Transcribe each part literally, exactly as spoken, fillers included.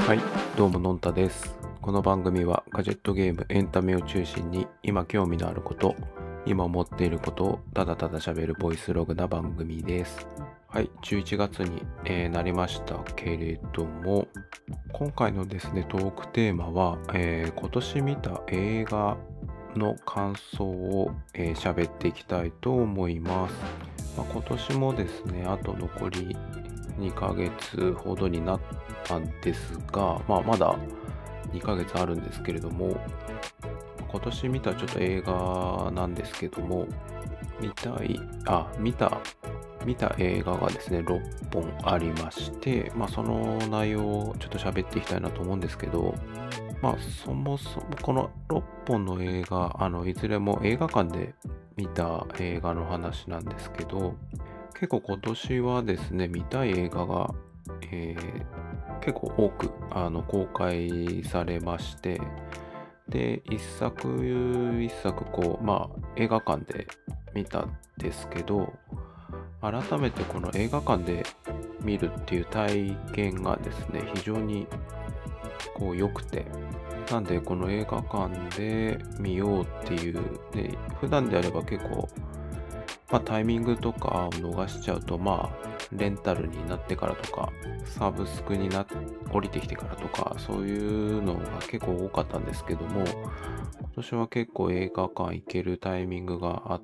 はい、どうものんたです。この番組はガジェットゲーム、エンタメを中心に今興味のあること、今思っていることをただただ喋るボイスログな番組です。はい、じゅういちがつに、えーなりましたけれども、今回のですね、トークテーマは、えー今年見た映画の感想をえー喋っていきたいと思います。まあ、今年もですね、あと残りにかげつほどになったんですが、まあ、まだにかげつあるんですけれども、今年見たちょっと映画なんですけども、見たい、あ、見た、見た映画がですね、ろっぽんありまして、まあ、その内容をちょっと喋っていきたいなと思うんですけど、まあ、そもそもこのろっぽんの映画、あの、いずれも映画館で見た映画の話なんですけど、結構今年はですね、見たい映画が、えー結構多くあの公開されまして、で、一作一作こう、まあ映画館で見たんですけど、改めてこの映画館で見るっていう体験がですね、非常にこう良くて、なんでこの映画館で見ようっていう、で、普段であれば結構、まあ、タイミングとかを逃しちゃうと、まあ、レンタルになってからとか、サブスクになっ降りてきてからとか、そういうのが結構多かったんですけども、今年は結構映画館行けるタイミングがあって、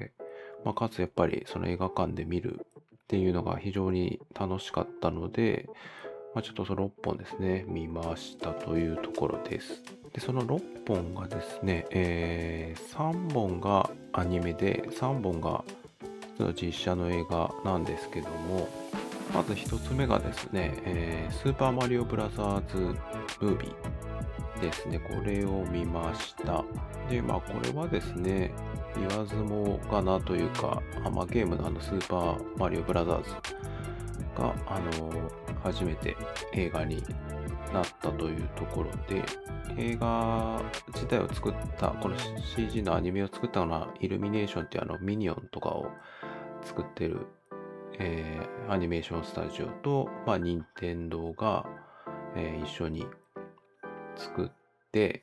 まあ、かつやっぱりその映画館で見るっていうのが非常に楽しかったので、まあ、ちょっとそのろっぽんですね、見ましたというところです。で、そのろっぽんがですね、えーさんぼんがアニメで、さんぼんが普通の実写の映画なんですけども、まずひとつめがですね、えースーパーマリオブラザーズムービーですね。これを見ました。で、まあこれはですね、言わずもがなというか、あまあ、ゲームのあのスーパーマリオブラザーズが、あの初めて映画になったというところで、映画自体を作った、この シージー のアニメを作ったのは、イルミネーションっていうあのミニオンとかを作ってる、えーアニメーションスタジオと、まあ、任天堂が、えー一緒に作って、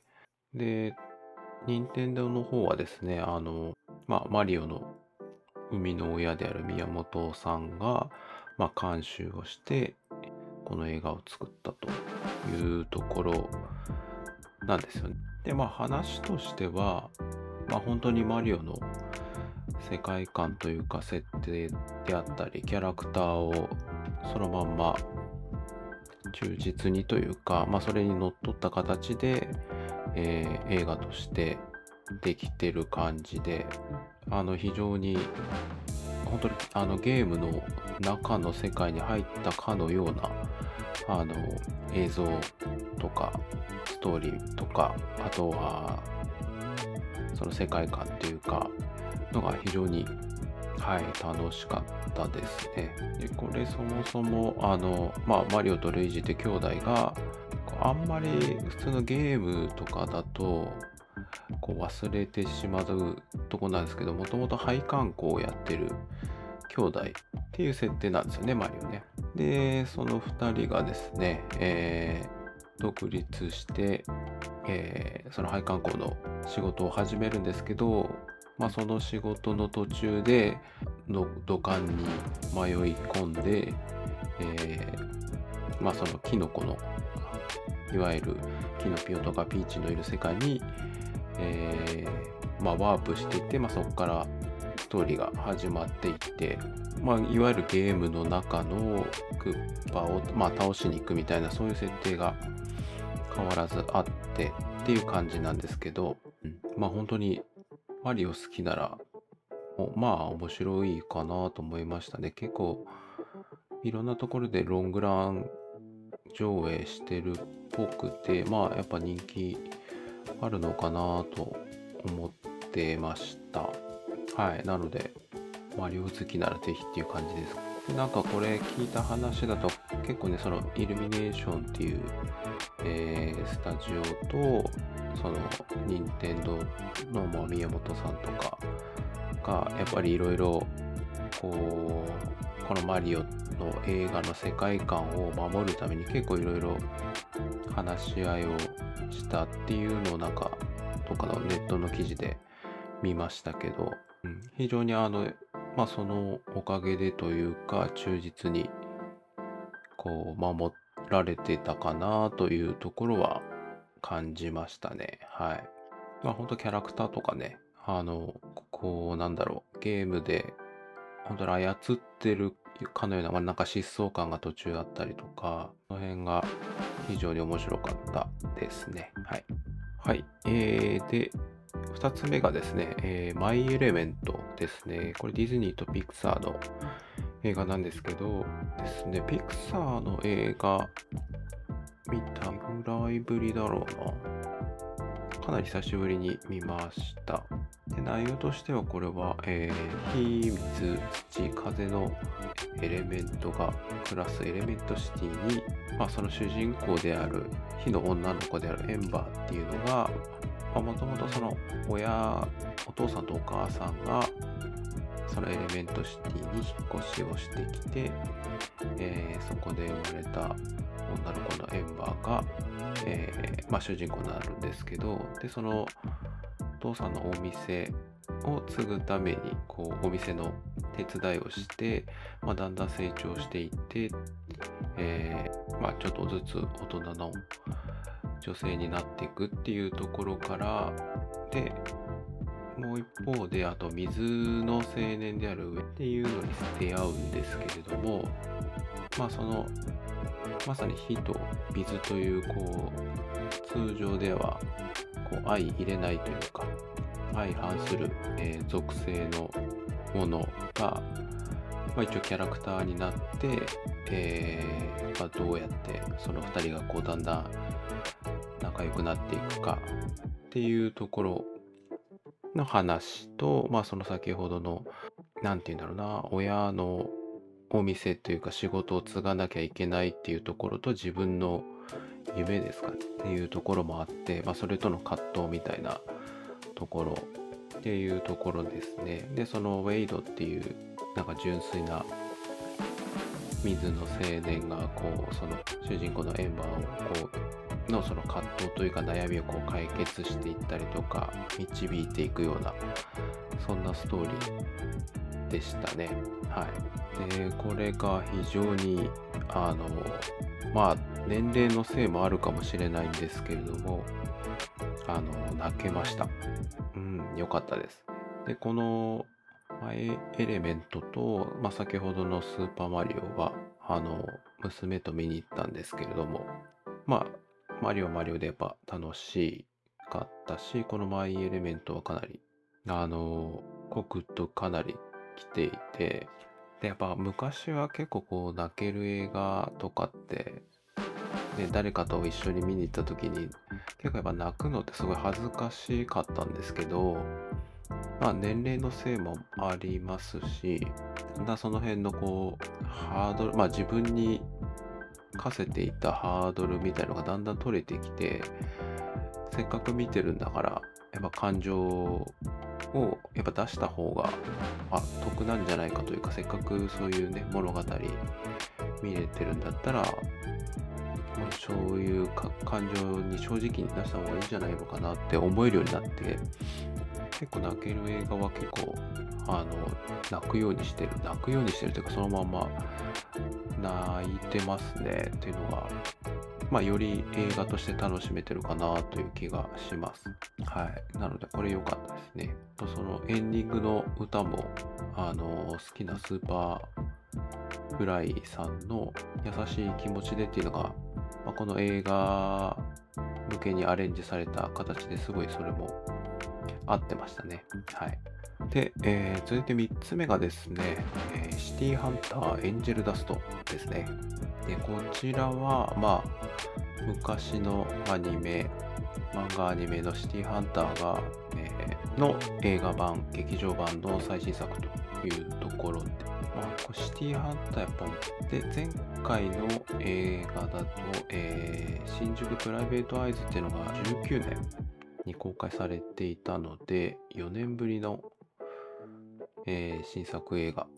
で、任天堂の方はですね、あの、まあ、マリオの生みの親である宮本さんが、まあ、監修をして、この映画を作ったというところなんですよね。で、まあ話としては、まあ本当にマリオの世界観というか設定であったり、キャラクターをそのまんま忠実にというか、まあそれにのっとった形で、えー映画としてできてる感じで、あの非常に本当にあのゲームの中の世界に入ったかのようなあの映像とかストーリーとか、あとはその世界観っていうかのが非常に、はい、楽しかったですね。で、これそもそもあの、まあ、マリオとルイージって兄弟がこうあんまり普通のゲームとかだとこう忘れてしまうとこなんですけど、もともと配管工をやってる兄弟っていう設定なんですよね、マリオね。で、そのふたりがですね、えー独立して、えーその配管工の仕事を始めるんですけど、まあ、その仕事の途中での土管に迷い込んで、えーまあ、そのキノコのいわゆるキノピオとかピーチのいる世界に、えーまあ、ワープしていって、まあ、そこからストーリーが始まっていって、まあ、いわゆるゲームの中のクッパを、まあ、倒しに行くみたいなそういう設定が変わらずあってっていう感じなんですけど、うん、まあ本当にマリオ好きならおまあ面白いかなと思いましたね。結構いろんなところでロングラン上映してるっぽくて、まあやっぱ人気あるのかなと思ってました。はい、なのでマリオ好きならぜひっていう感じです。で、なんかこれ聞いた話だと結構ね、そのイルミネーションっていう、えースタジオとその任天堂のまあ宮本さんとかがやっぱりいろいろこうこのマリオの映画の世界観を守るために結構いろいろ話し合いをしたっていうのをなんかとかのネットの記事で見ましたけど、うん、非常にあのまあそのおかげでというか忠実にこう守られてたかなというところは感じましたね。はい。まあ本当キャラクターとかね、あのこうなんだろう、ゲームで本当に操ってるかのような、まあ、なんか疾走感が途中あったりとか、その辺が非常に面白かったですね。はい。はい。えー、で、ふたつめがですね、えー、マイ・エレメントですね。これディズニーとピクサーの映画なんですけどですね、ピクサーの映画見たぐらいぶりだろうな。かなり久しぶりに見ました。で内容としてはこれは、えー、火、水、土、風のエレメントが暮らすエレメントシティに、まあ、その主人公である火の女の子であるエンバーっていうのがもともとその親、お父さんとお母さんがそのエレメントシティに引っ越しをしてきて、えー、そこで生まれた女の子のエンバーが、えーまあ、主人公になるんですけど、でそのお父さんのお店を継ぐためにこうお店の手伝いをして、まあ、だんだん成長していって、えーまあ、ちょっとずつ大人の女性になっていくっていうところからで、もう一方であと水の青年である上っていうのに出会うんですけれども、まあそのまさに火と水というこう通常ではこう相入れないというか相反する、えー属性のものが、まあ、一応キャラクターになって、えーまあ、どうやってそのふたりがこうだんだん仲良くなっていくかっていうところの話と、まあその先ほどのなんて言うんだろうな、親のお店というか仕事を継がなきゃいけないっていうところと自分の夢ですかねっていうところもあって、まあそれとの葛藤みたいなところっていうところですね。でそのウェイドっていうなんか純粋な水の青年がこうその主人公のエンバーをこうのその葛藤というか悩みをこう解決していったりとか導いていくようなそんなストーリーでしたね。はい。でこれが非常にあのまあ年齢のせいもあるかもしれないんですけれども、あの泣けました。うん、良かったです。でこのエレメントと、まあ、先ほどのスーパーマリオはあの娘と見に行ったんですけれども、まあマリオはマリオでやっぱ楽しかったし、このマイエレメントはかなりあのコクとかなり来ていて、でやっぱ昔は結構こう泣ける映画とかってで誰かと一緒に見に行った時に結構やっぱ泣くのってすごい恥ずかしかったんですけど、まあ年齢のせいもありますし、だんだんその辺のこうハードル、まあ自分に課せていたハードルみたいのがだんだん取れてきて、せっかく見てるんだからやっぱ感情をやっぱ出した方があ得なんじゃないかというか、せっかくそういうね物語見れてるんだったらそういうか感情に正直に出した方がいいんじゃないのかなって思えるようになって、結構泣ける映画は結構あの泣くようにしてる泣くようにしてるというかそのまま泣いてますねっていうのが、まあより映画として楽しめてるかなという気がします。はい。なのでこれ良かったですね。とそのエンディングの歌もあの好きなスーパーフライさんの優しい気持ちでっていうのが、まあ、この映画向けにアレンジされた形ですごいそれも合ってましたね。はい。で、えー続いてみっつめがですね、えーシティハンターエンジェルダストですね。で、こちらは、まあ、昔のアニメ、漫画アニメのシティハンターが、えーの映画版、劇場版の最新作というところで、まあ、これシティハンターやっぱ、で、前回の映画だと、えー新宿プライベートアイズっていうのがじゅうきゅうねんに公開されていたので、よねんぶりの、えー新作映画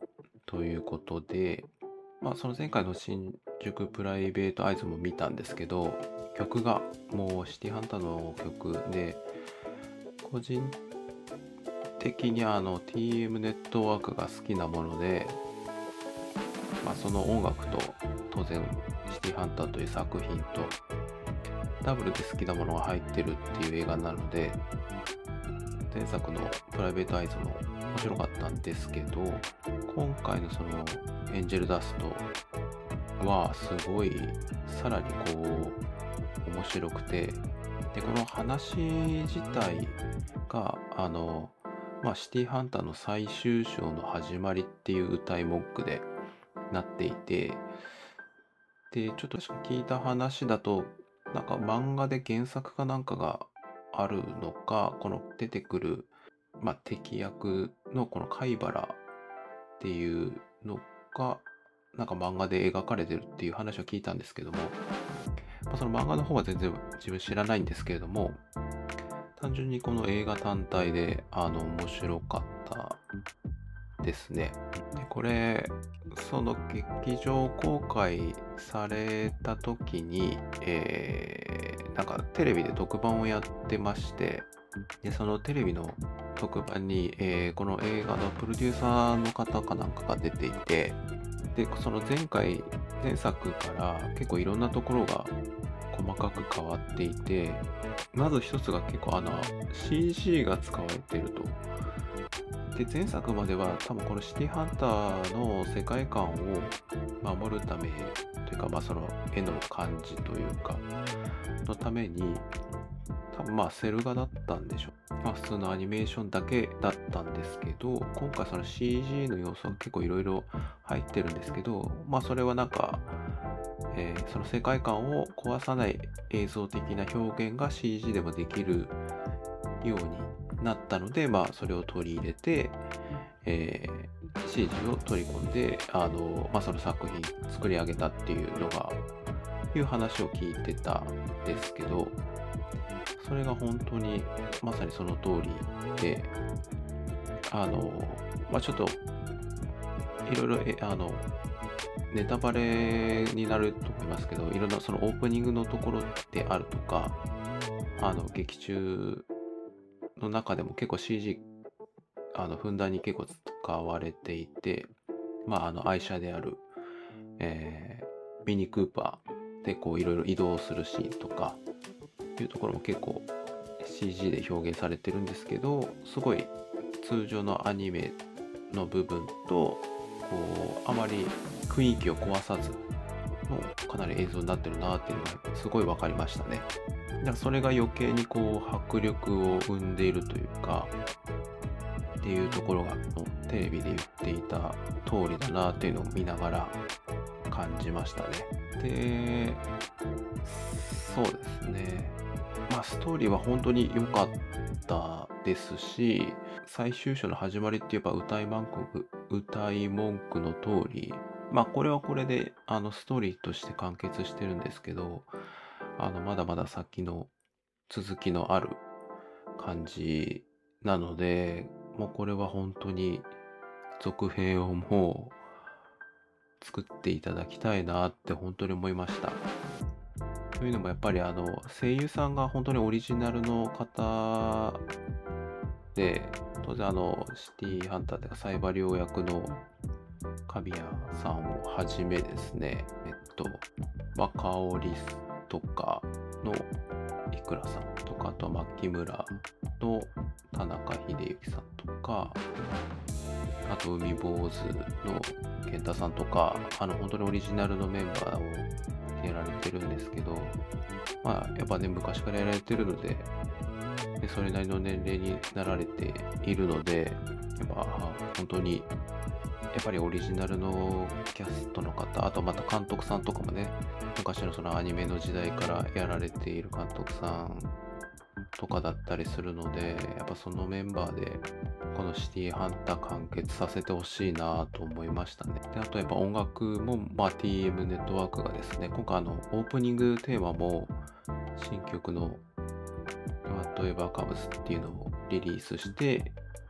ということで、まあその前回の新宿プライベートアイズも見たんですけど、曲がもうシティハンターの曲で、個人的にあの ティーエム ネットワークが好きなもので、まあその音楽と当然シティハンターという作品とダブルで好きなものが入ってるっていう映画なので、前作のプライベートアイズも面白かったんですけど、今回のそのエンジェルダストはすごいさらにこう面白くて、でこの話自体があのまあシティハンターの最終章の始まりっていう歌い文句でなっていて、でちょっと聞いた話だとなんか漫画で原作かなんかがあるのか、この出てくる、まあ、敵役のこの貝原っていうのがなんか漫画で描かれてるっていう話を聞いたんですけども、まあ、その漫画の方は全然自分知らないんですけれども、単純にこの映画単体であの面白かったですね。でこれその劇場公開された時に、えー、なんかテレビで特番をやってまして、でそのテレビの特番に、えーこの映画のプロデューサーの方かなんかが出ていて、でその前回前作から結構いろんなところが細かく変わっていて、まず一つが結構あの シージー が使われていると。で前作までは多分このシティハンターの世界観を守るためというか、まあその絵の感じというかのために多分まあセル画だったんでしょう。まあ普通のアニメーションだけだったんですけど、今回その シージー の要素が結構いろいろ入ってるんですけど、まあそれはなんか、えーその世界観を壊さない映像的な表現が シージー でもできるようになったので、まあそれを取り入れて、えー、シージー を取り込んで、あの、まあその作品作り上げたっていうのが、いう話を聞いてたんですけど、それが本当にまさにその通りで、あの、まあちょっといろいろえあのネタバレになると思いますけど、いろんなそのオープニングのところであるとか、あの劇中の中でも結構 シージー あのふんだんに結構使われていて、まああの愛車である、えーミニクーパーでこういろいろ移動するシーンとかいうところも結構 シージー で表現されてるんですけど、すごい通常のアニメの部分とこうあまり雰囲気を壊さずのかなり映像になってるなっていうのがすごい分かりましたね。だからそれが余計にこう迫力を生んでいるというかっていうところがテレビで言っていた通りだなっていうのを見ながら感じましたね。で、そうですね。まあストーリーは本当に良かったですし、最終章の始まりって言えば歌い文句、歌い文句の通り、まあこれはこれであのストーリーとして完結してるんですけど、あのまだまだ先の続きのある感じなので、もうこれは本当に続編をもう作っていただきたいなって本当に思いました。というのもやっぱりあの声優さんが本当にオリジナルの方で、当然あのシティハンターというかサイバリオ役の神谷さんをはじめですね、えっと、まあ、香織とかのいくらさんとか、あとは牧村の田中秀幸さんとか、あと海坊主の健太さんとか、あの本当にオリジナルのメンバーをやられてるんですけど、まあやっぱね昔からやられてるので、でそれなりの年齢になられているので、やっぱ本当にやっぱりオリジナルのキャストの方、あとまた監督さんとかもね、昔のそのアニメの時代からやられている監督さんとかだったりするので、やっぱそのメンバーでこのシティハンター完結させてほしいなと思いましたね。であとやっぱ音楽も、まあ、ティーエム ネットワークがですね、今回あのオープニングテーマも新曲の「例えばカブス」っていうのをリリースして、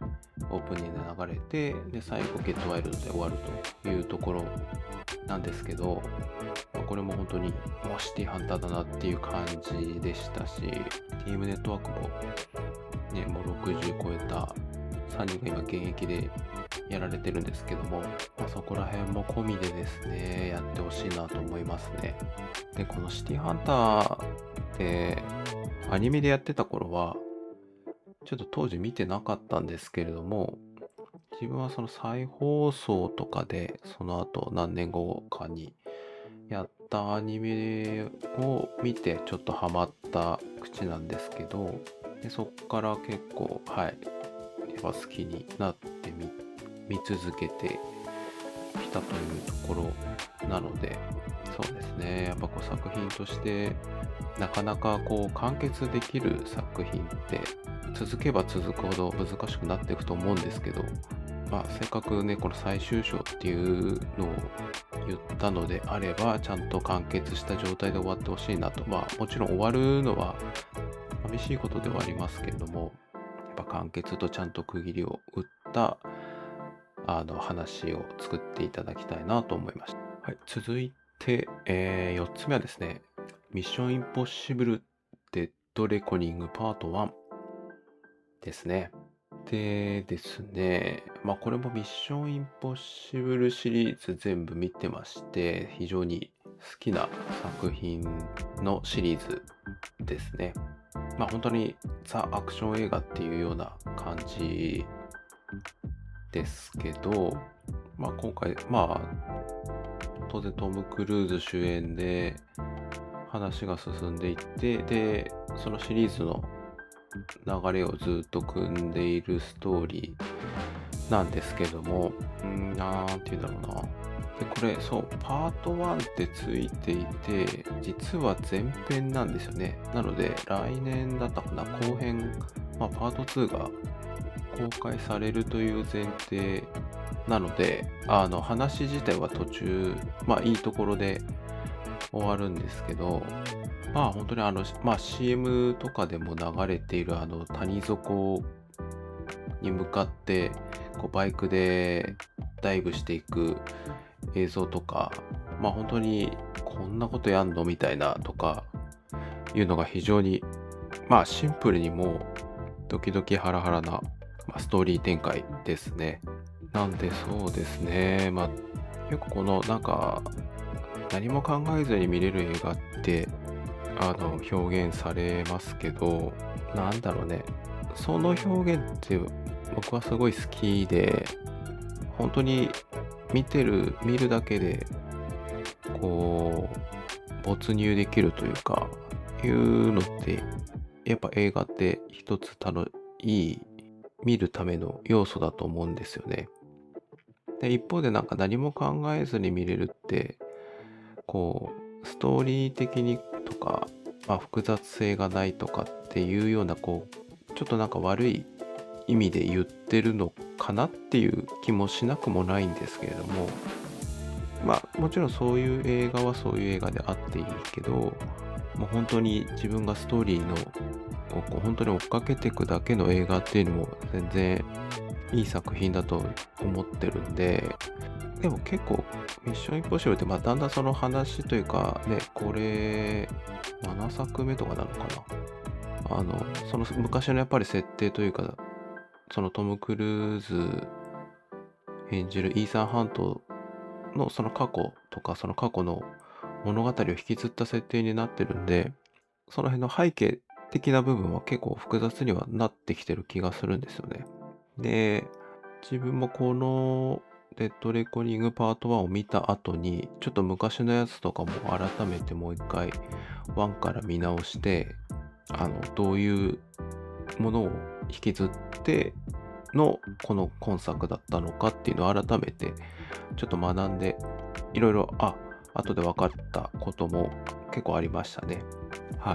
オープニングで流れて、で最後ゲットワイルドで終わるというところなんですけど、これも本当にもうシティハンターだなっていう感じでしたし、ティームネットワークもね、もうろくじゅう超えたさんにんが今現役でやられてるんですけども、まあ、そこら辺も込みでですね、やってほしいなと思いますね。で、このシティハンターってアニメでやってた頃はちょっと当時見てなかったんですけれども、自分はその再放送とかでその後何年後かにやったアニメを見てちょっとハマった口なんですけど、でそっから結構はいやっぱ好きになってみ見続けてきたというところなので、そうですね、やっぱこう作品としてなかなかこう完結できる作品って続けば続くほど難しくなっていくと思うんですけど、まあ、せっかくねこの最終章っていうのを言ったのであればちゃんと完結した状態で終わってほしいなと。まあもちろん終わるのは寂しいことではありますけれども、やっぱ完結とちゃんと区切りを打ったあの話を作っていただきたいなと思いました。はい、続いて、えー、よっつめはですね、ミッションインポッシブルデッドレコニングパートワンですね。でですね、まあこれもミッションインポッシブルシリーズ全部見てまして、非常に好きな作品のシリーズですね。まあ本当にザ・アクション映画っていうような感じですけど、まあ今回、まあ当然トム・クルーズ主演で話が進んでいって、で、そのシリーズの流れをずっと組んでいるストーリーなんですけども、うーん、なんていうんだろうな。で、これ、そう、パートワンってついていて、実は前編なんですよね。なので、来年だったかな、後編、まあ、パートツーが公開されるという前提なので、あの、話自体は途中、まあ、いいところで終わるんですけど、まあ本当にあの、まあ シーエム とかでも流れているあの谷底に向かってこうバイクでダイブしていく映像とか、まあ本当にこんなことやんのみたいなとかいうのが非常にまあシンプルにもうドキドキハラハラな、まあ、ストーリー展開ですね。なんでそうですね、まあ結構このなんか何も考えずに見れる映画ってあの表現されますけど、なんだろうね、その表現って僕はすごい好きで、本当に見てる見るだけでこう没入できるというかいうのってやっぱ映画って一つたのいい見るための要素だと思うんですよね。で一方でなんか何も考えずに見れるってこうストーリー的にとか、まあ、複雑性がないとかっていうようなこうちょっとなんか悪い意味で言ってるのかなっていう気もしなくもないんですけれども、まあもちろんそういう映画はそういう映画であっていいけど、もう本当に自分がストーリーのをこう本当に追っかけていくだけの映画っていうのも全然いい作品だと思ってるんで、でも結構ミッションインポッシブルってまあだんだんその話というかね、これななさくめとかなのかな、あのその昔のやっぱり設定というか、そのトム・クルーズ演じるイーサン・ハントのその過去とかその過去の物語を引きずった設定になってるんで、その辺の背景的な部分は結構複雑にはなってきてる気がするんですよね。で、自分もこのデッドレコニングパートワンを見た後にちょっと昔のやつとかも改めてもう一回ワンから見直して、あのどういうものを引きずってのこの今作だったのかっていうのを改めてちょっと学んで、いろいろあ後で分かったことも結構ありましたね。はい。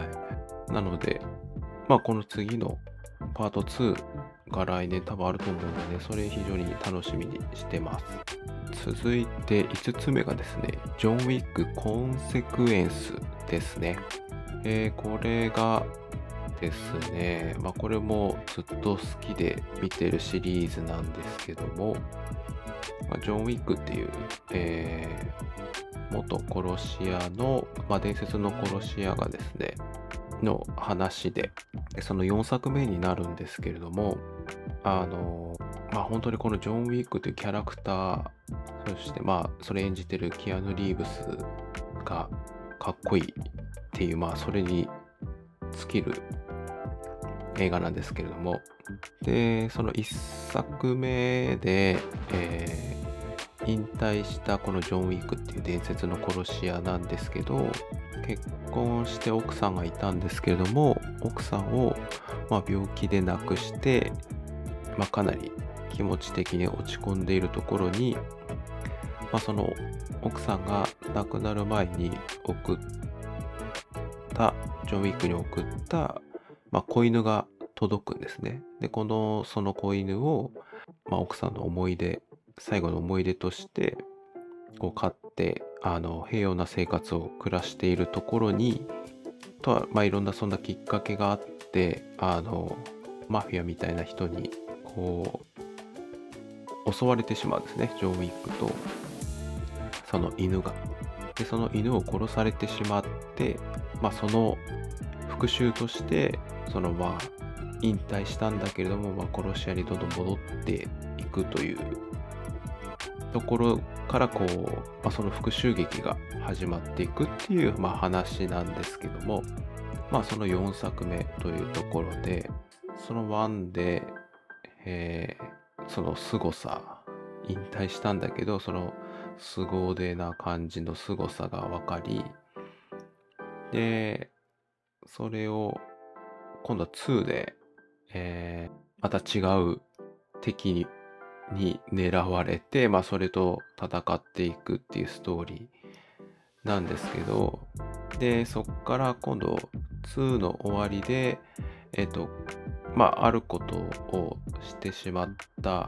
なのでまあこの次のパートツーが来年多分あると思うので、それ非常に楽しみにしてます。続いていつつめがですね、ジョン・ウィック・コンセクエンスですね。えー、これがですね。まあこれもずっと好きで見てるシリーズなんですけども、まあ、ジョン・ウィックっていう、えー元殺し屋の、まあ、伝説の殺し屋がですね、の話で、でそのよんさくめになるんですけれども、あの、まあ本当にこのジョン・ウィックというキャラクター、そしてまあそれ演じてるキアヌ・リーブスがかっこいいっていう、まあそれに尽きる映画なんですけれども、で、そのいっさくめで、えー引退したこのジョン・ウィックっていう伝説の殺し屋なんですけど、結婚して奥さんがいたんですけれども、奥さんを、まあ、病気で亡くして、まあ、かなり気持ち的に落ち込んでいるところに、まあ、その奥さんが亡くなる前に送ったジョン・ウィックに送った、まあ、子犬が届くんですね。でこのその子犬を、まあ、奥さんの思い出最後の思い出としてこう飼ってあの平穏な生活を暮らしているところにとは、まあ、いろんなそんなきっかけがあってあのマフィアみたいな人にこう襲われてしまうんですね、ジョン・ウィックとその犬が。でその犬を殺されてしまって、まあ、その復讐としてそのまあ引退したんだけれども、まあ、殺し屋にどんどん戻っていくというところからこう、まあ、その復讐劇が始まっていくっていう、まあ、話なんですけども、まあ、そのよんさくめというところでそのワンで、えーその凄さ引退したんだけどその凄腕な感じの凄さが分かり、でそれを今度はツーで、えーまた違う敵にに狙われて、まあ、それと戦っていくっていうストーリーなんですけど、でそっから今度ツーの終わりでえっとまああることをしてしまった、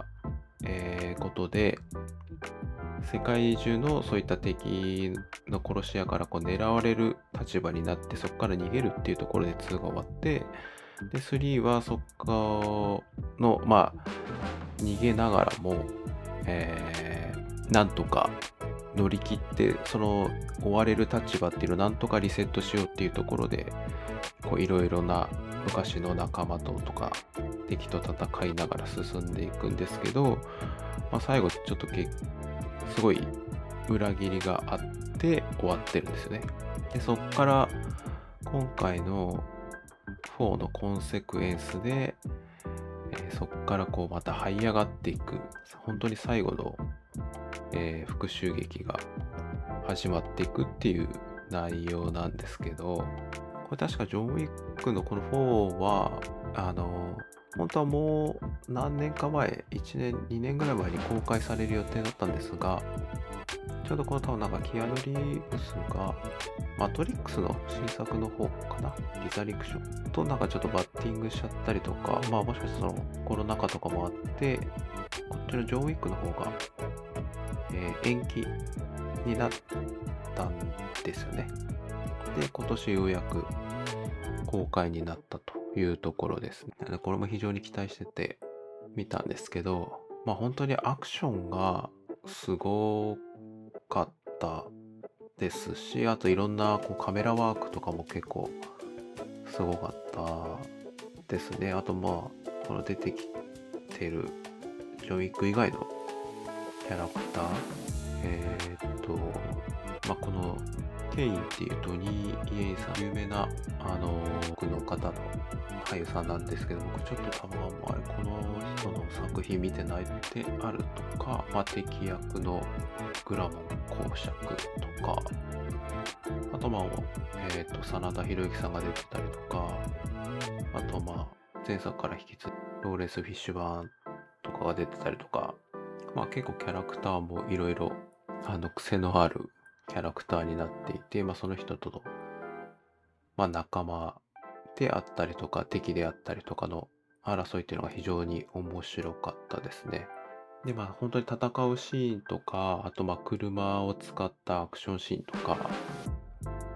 えーことで世界中のそういった敵の殺し屋からこう狙われる立場になってそこから逃げるっていうところでツーが終わって、でスリーはそっかのまあ逃げながらも、えーなんとか乗り切ってその追われる立場っていうのをなんとかリセットしようっていうところでこういろいろな昔の仲間ととか敵と戦いながら進んでいくんですけど、まあ、最後ちょっとけすごい裏切りがあって終わってるんですよね。でそっから今回のフォーのコンセクエンスで、えーそっからこうまた這い上がっていく本当に最後の、えー復讐劇が始まっていくっていう内容なんですけど、これ確かジョン・ウィックのこのフォーはあの本当はもう何年か前いちねんにねんぐらい前に公開される予定だったんですが、ちょうどこの多分なんかキアヌ・リーブスがマトリックスの新作の方かな、リザリクションとなんかちょっとバッティングしちゃったりとか、まあもしかしたらそのコロナ禍とかもあってこっちのジョン・ウィックの方が、えー延期になったんですよね。で今年ようやく公開になったというところですね。なのでこれも非常に期待してて見たんですけど、まあ本当にアクションがすごかったですし、あといろんなこうカメラワークとかも結構すごかったですね。あとまあこの出てきてるジョン・ウィック以外のキャラクター、えーっとまあこのケインっていうトニー・イエイさん有名なあの僕の方の俳優さんなんですけど、僕ちょっと多分あんまりこの人の作品見てないってあるとか、まあ、敵役のグラモン公爵とか、あとまあえっ、と真田広之さんが出てたりとか、あとまあ前作から引き継いローレンス・フィッシュバーンとかが出てたりとか、まあ結構キャラクターもいろいろあの癖のあるキャラクターになっていて、まあ、その人との、まあ、仲間であったりとか敵であったりとかの争いっていうのが非常に面白かったですね。でまあ本当に戦うシーンとか、あとまあ車を使ったアクションシーンとか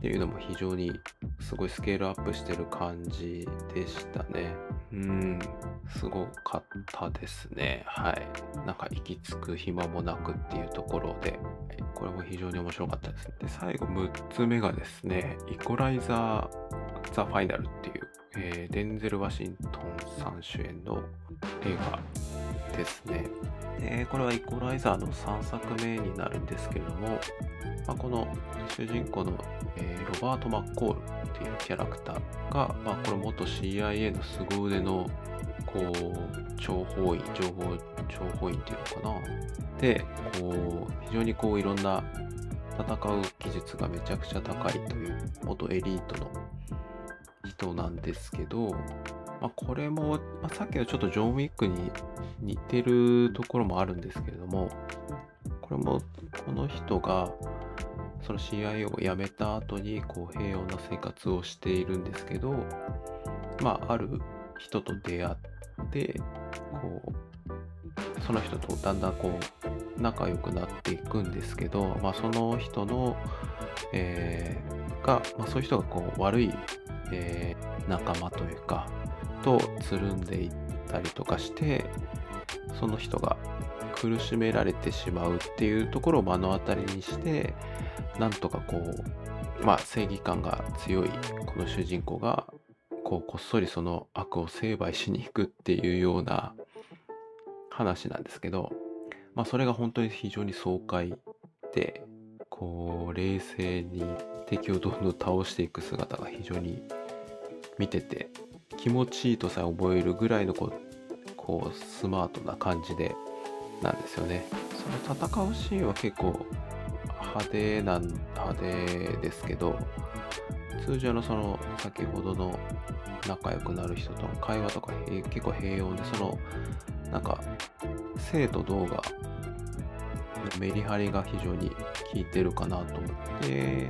っていうのも非常にすごいスケールアップしてる感じでしたね。うん、すごかったですね。はい。なんか行き着く暇もなくっていうところで、これも非常に面白かったですね。で、最後むっつめがですね、イコライザー・ザ・ファイナルっていう、えーデンゼル・ワシントンさん主演の映画ですね。で、これはイコライザーのさんさくめになるんですけれども、まあ、この主人公の、えーロバート・マッコールっていうキャラクターが、まあ、これ元 シーアイエー の凄腕のこう諜報員、情報諜報員っていうのかな。で、こう非常にこういろんな戦う技術がめちゃくちゃ高いという元エリートの人なんですけど、まあ、これも、まあ、さっきのちょっとジョン・ウィックに似てるところもあるんですけれども、これもこの人がその シーアイエー を辞めた後にこう平穏な生活をしているんですけど、まあある人と出会ってこうその人とだんだんこう仲良くなっていくんですけど、まあその人の、えーが、まあ、そういう人がこう悪い、えー仲間というかとつるんでいったりとかして、その人が苦しめられてしまうっていうところを目の当たりにして、なんとかこう、まあ、正義感が強いこの主人公がこうこっそりその悪を成敗しに行くっていうような話なんですけど、まあ、それが本当に非常に爽快で、こう冷静に敵をどんどん倒していく姿が非常に見てて気持ちいいとさえ思えるぐらいのこうこうスマートな感じでなんですよね。その戦うシーンは結構派手なん派手ですけど、通常のその先ほどの仲良くなる人との会話とかへ結構平穏で、そのなんか静と動がメリハリが非常に効いてるかなと思って、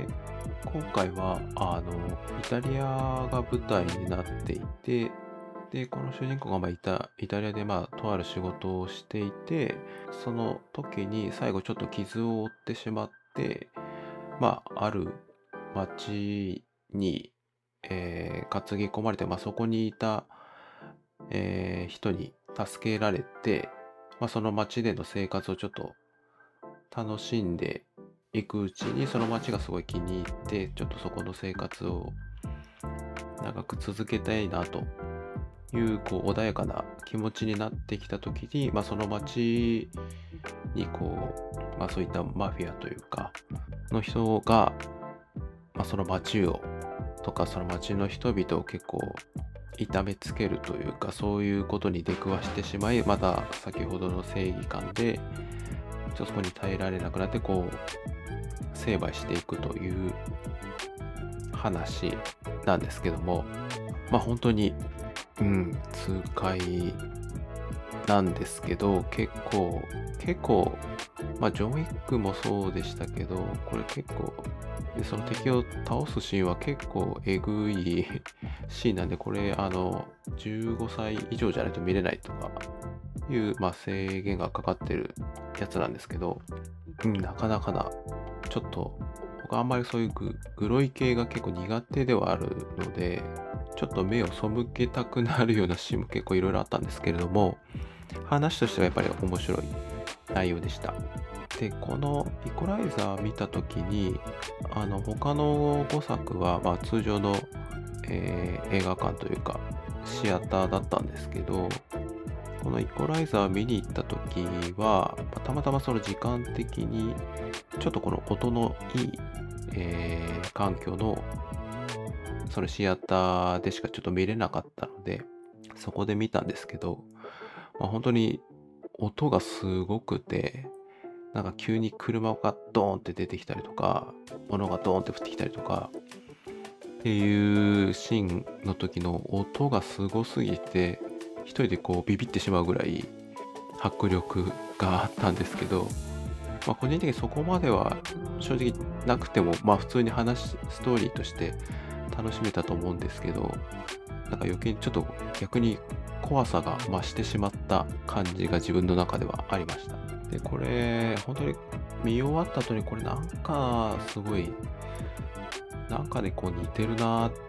今回はあのイタリアが舞台になっていて、でこの主人公がまあイタ、イタリアでまあとある仕事をしていて、その時に最後ちょっと傷を負ってしまって、まあある町に、えー担ぎ込まれて、まあ、そこにいた、えー人に助けられて、まあ、その町での生活をちょっと楽しんでいくうちに、その町がすごい気に入って、ちょっとそこの生活を長く続けたいなというこう穏やかな気持ちになってきた時に、まあ、その町にこう、まあ、そういったマフィアというかの人が、まあ、その町をとかその町の人々を結構痛めつけるというか、そういうことに出くわしてしまい、また先ほどの正義感でちょっとそこに耐えられなくなってこう成敗していくという話なんですけども、まあ本当にうん痛快なんですけど、結構結構まあジョン・ウィックもそうでしたけど、これ結構でその敵を倒すシーンは結構えぐいシーンなんで、これあのじゅうごさい以上じゃないと見れないとかいう、まあ、制限がかかってるやつなんですけど、うん、なかなかなちょっと僕あんまりそういうググロい系が結構苦手ではあるので、ちょっと目を背けたくなるようなシーンも結構いろいろあったんですけれども、話としてはやっぱり面白い内容でした。でこのイコライザー見た時に、あの他のごさくは、まあ、通常の、えー映画館というかシアターだったんですけど、このイコライザー見に行った時は、まあたまたまその時間的にちょっとこの音のいい、えー環境のそのシアターでしかちょっと見れなかったので、そこで見たんですけど、まあ、本当に音がすごくて、なんか急に車がドーンって出てきたりとか、物がドーンって降ってきたりとかっていうシーンの時の音がすごすぎて、一人でこうビビってしまうぐらい迫力があったんですけど、まあ、個人的にそこまでは正直なくても、まあ普通に話、ストーリーとして楽しめたと思うんですけど、なんか余計にちょっと逆に怖さが増してしまった感じが自分の中ではありました。で、これ、本当に見終わった後にこれなんかすごい、 なんかね、こう似てるなーって、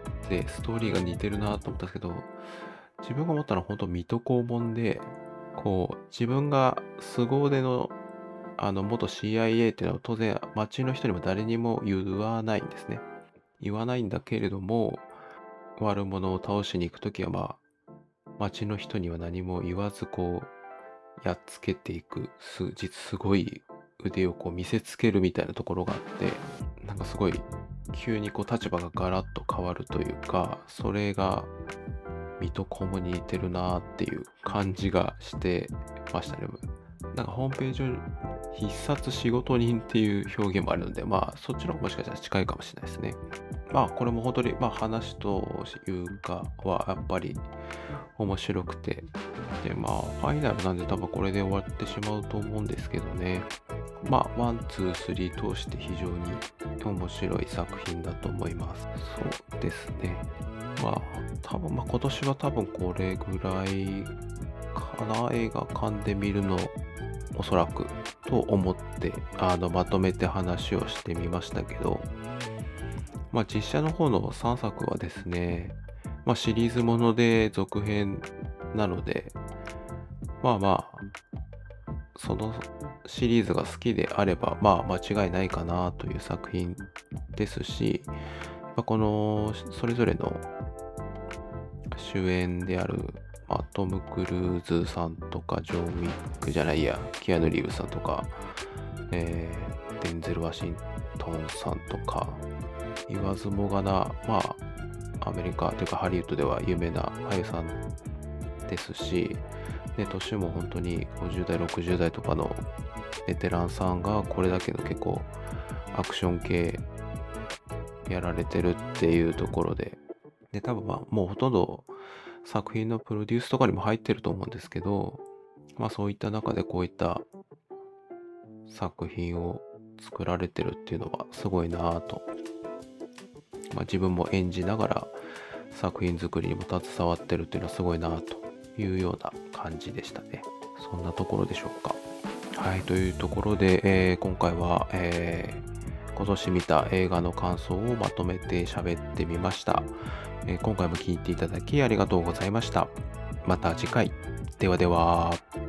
ストーリーが似てるなーと思ったんですけど、自分が思ったのは本当水戸黄門で、こう、自分が凄腕の、あの、元 シーアイエー っていうのは当然町の人にも誰にも言わないんですね。言わないんだけれども、悪者を倒しに行くときはまあ、町の人には何も言わずこう、やっつけていく、す、実すごい腕をこう見せつけるみたいなところがあって、なんかすごい急にこう立場がガラッと変わるというか、それが水戸黄門に似てるなーっていう感じがしてましたね。なんかホームページ上、必殺仕事人っていう表現もあるので、まあそっちの方がもしかしたら近いかもしれないですね。まあこれも本当に、まあ話というかはやっぱり面白くて、でまあファイナルなんで多分これで終わってしまうと思うんですけどね。まあワン、ツー、スリー通して非常に面白い作品だと思います。そうですね。まあ多分まあ今年は多分これぐらいかな、映画館で見るのおそらくと思ってあのまとめて話をしてみましたけど、まあ実写の方のさんさくはですね、まあシリーズもので続編なので、まあまあそのシリーズが好きであればまあ間違いないかなという作品ですし、まあ、このそれぞれの主演である、まあ、トム・クルーズさんとかジョン・ウィックじゃないやキアヌ・リーブスさんとか、えー、デンゼル・ワシントンさんとか言わずもがな、まあアメリカというかハリウッドでは有名な俳優さんですし、で年も本当にごじゅう代ろくじゅう代とかのベテランさんがこれだけの結構アクション系やられてるっていうところで、で多分まあもうほとんど作品のプロデュースとかにも入ってると思うんですけど、まあそういった中でこういった作品を作られてるっていうのはすごいなぁと、まあ自分も演じながら作品作りにも携わってるっていうのはすごいなぁというような感じでしたね。そんなところでしょうか。はい、というところで、えー今回は、えー今年見た映画の感想をまとめて喋ってみました。えー今回も聞いていただきありがとうございました。また次回。ではでは。